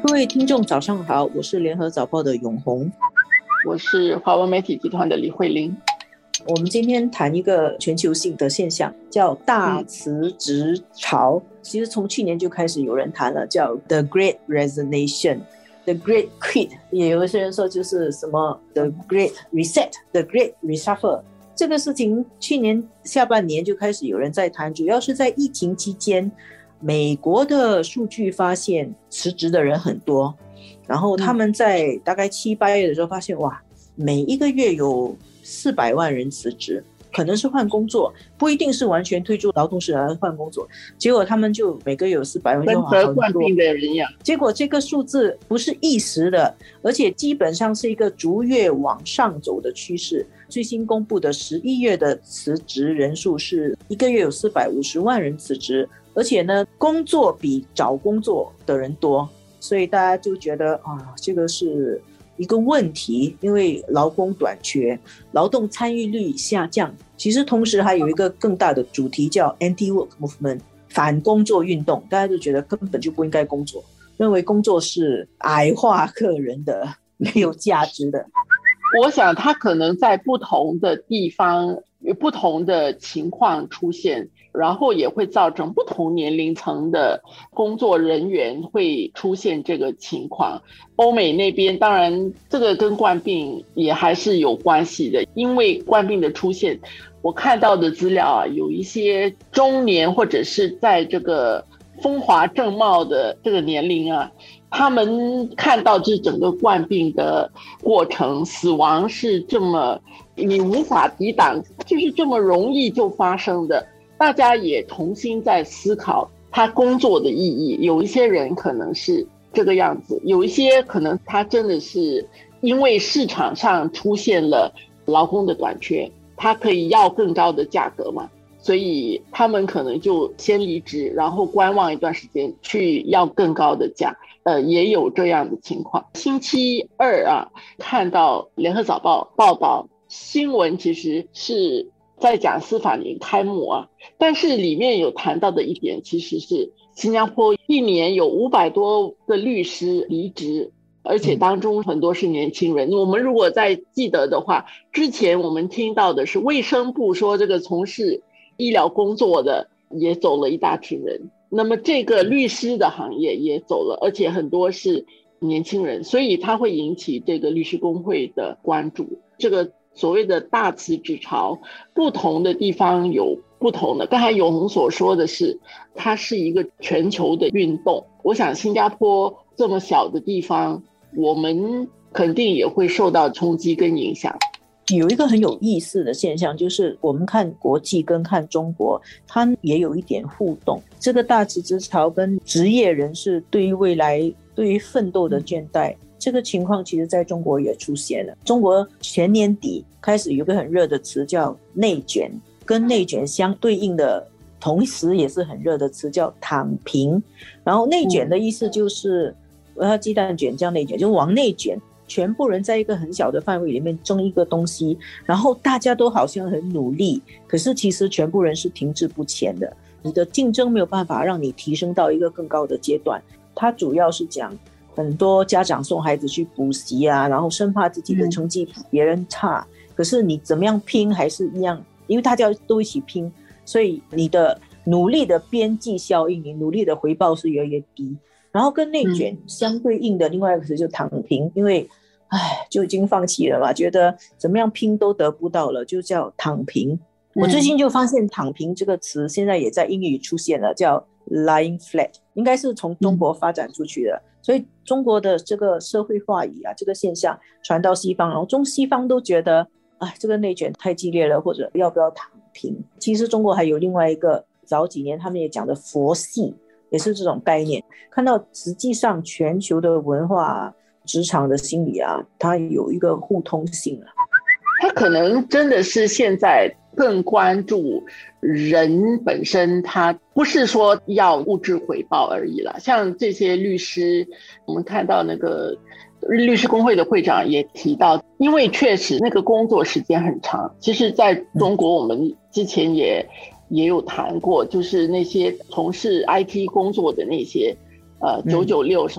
各位听众早上好，我是联合早报的永红， 我是华文媒体集团的李慧玲。 我们今天谈一个全球性的现象，叫大辞职潮。其实从去年就开始有人谈了，叫 The Great Resignation、The Great Quit， 也有些人说就是什么 The Great Reset、The Great Reshuffle。这个事情去年下半年就开始有人在谈，主要是在疫情期间，美国的数据发现辞职的人很多，然后他们在大概7、8月的时候发现，哇，每一个月有400万人辞职，可能是换工作，不一定是完全退出劳动市场换工作。结果他们就每个月有400万， 跟得冠病的人一样。 结果这个数字不是一时的，而且基本上是一个逐月往上走的趋势。最新公布的11月的辞职人数是一个月有450万人辞职，而且呢，工作比找工作的人多，所以大家就觉得啊，这个是一个问题，因为劳工短缺，劳动参与率下降。其实同时还有一个更大的主题叫 Anti-Work Movement， 反工作运动，大家就觉得根本就不应该工作，认为工作是矮化个人的，没有价值的。 我想他可能在不同的地方有不同的情况出现，然后也会造成不同年龄层的工作人员会出现这个情况。欧美那边当然这个跟冠病也还是有关系的，因为冠病的出现，我看到的资料啊，有一些中年或者是在这个风华正茂的这个年龄啊，他们看到这整个冠病的过程，死亡是这么你无法抵挡，就是这么容易就发生的。大家也重新在思考他工作的意义，有一些人可能是这个样子，有一些可能他真的是因为市场上出现了劳工的短缺，他可以要更高的价格嘛，所以他们可能就先离职，然后观望一段时间去要更高的价。也有这样的情况。星期二啊，看到联合早报报道新闻，其实是在讲司法年开幕啊，但是里面有谈到的一点，其实是新加坡一年有500多个律师离职，而且当中很多是年轻人。我们如果再记得的话，之前我们听到的是卫生部说这个从事医疗工作的也走了一大群人，那么这个律师的行业也走了，而且很多是年轻人，所以它会引起这个律师工会的关注。这个所谓的大辞职潮，不同的地方有不同的。刚才永红所说的是，它是一个全球的运动。我想新加坡这么小的地方，我们肯定也会受到冲击跟影响。 有一个很有意思的现象，就是我们看国际跟看中国，它也有一点互动。这个大辞职潮跟职业人士对于未来、对于奋斗的倦怠，这个情况其实在中国也出现了。中国前年底开始有个很热的词叫内卷，跟内卷相对应的同时也是很热的词叫躺平。然后内卷的意思就是鸡蛋卷这样内卷，就是往内卷，全部人在一个很小的范围里面争一个东西，然后大家都好像很努力，可是其实全部人是停滞不前的，你的竞争没有办法让你提升到一个更高的阶段。它主要是讲很多家长送孩子去补习啊，然后生怕自己的成绩比别人差，可是你怎么样拼还是一样，因为大家都一起拼，所以你的努力的边际效应，你努力的回报是越来越低。然后跟内卷相对应的另外一个词就躺平，因为就已经放弃了嘛，觉得怎么样拼都得不到了，就叫躺平。我最近就发现躺平这个词现在也在英语出现了，叫 lying flat， 应该是从中国发展出去的。所以中国的这个社会话语啊，这个现象传到西方，然后中西方都觉得这个内卷太激烈了，或者要不要躺平。其实中国还有另外一个早几年他们也讲的佛系，也是这种概念。看到实际上全球的文化职场的心理啊，它有一个互通性啊。 他可能真的是现在更关注人本身，他不是说要物质回报而已了。像这些律师，我们看到那个律师工会的会长也提到，因为确实那个工作时间很长。其实在中国我们之前也有谈过，就是那些从事 IT 工作的那些996什么，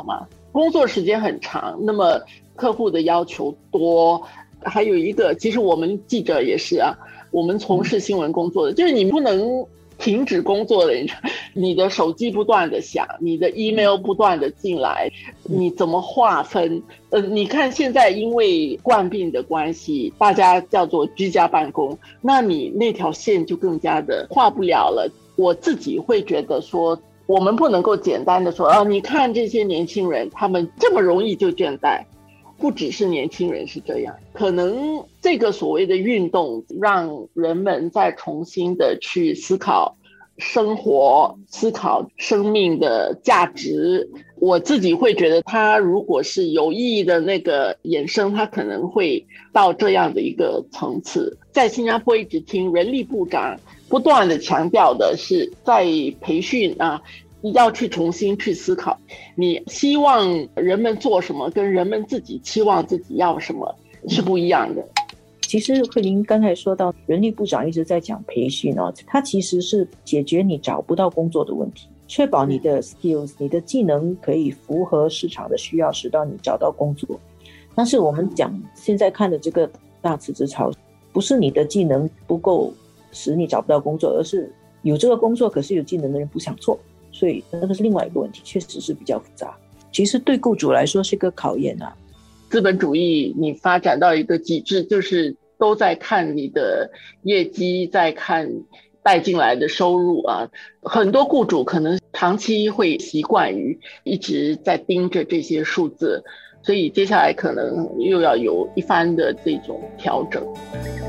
工作时间很长，那么客户的要求多，还有一个，其实我们记者也是啊，我们从事新闻工作的，就是你不能停止工作的，你的手机不断的响，你的 email 不断的进来，你怎么划分？你看现在因为冠病的关系，大家叫做居家办公，那你那条线就更加的画不了了。我自己会觉得说，我们不能够简单的说，你看这些年轻人，他们这么容易就倦怠。不只是年轻人是这样，可能这个所谓的运动让人们再重新的去思考生活，思考生命的价值。我自己会觉得它如果是有意义的那个衍生，它可能会到这样的一个层次。在新加坡一直听人力部长不断的强调的是，在培训要去重新去思考，你希望人们做什么跟人们自己期望自己要什么是不一样的。 其实慧玲刚才说到人力部长一直在讲培训它其实是解决你找不到工作的问题，确保你的 skills 你的技能可以符合市场的需要，使到你找到工作。但是我们讲现在看的这个大辞职潮，不是你的技能不够使你找不到工作，而是有这个工作可是有技能的人不想做，所以那个是另外一个问题，确实是比较复杂。其实对雇主来说是个考验啊。 资本主义你发展到一个极致，就是都在看你的业绩，在看带进来的收入啊。很多雇主可能长期会习惯于一直在盯着这些数字，所以接下来可能又要有一番的这种调整。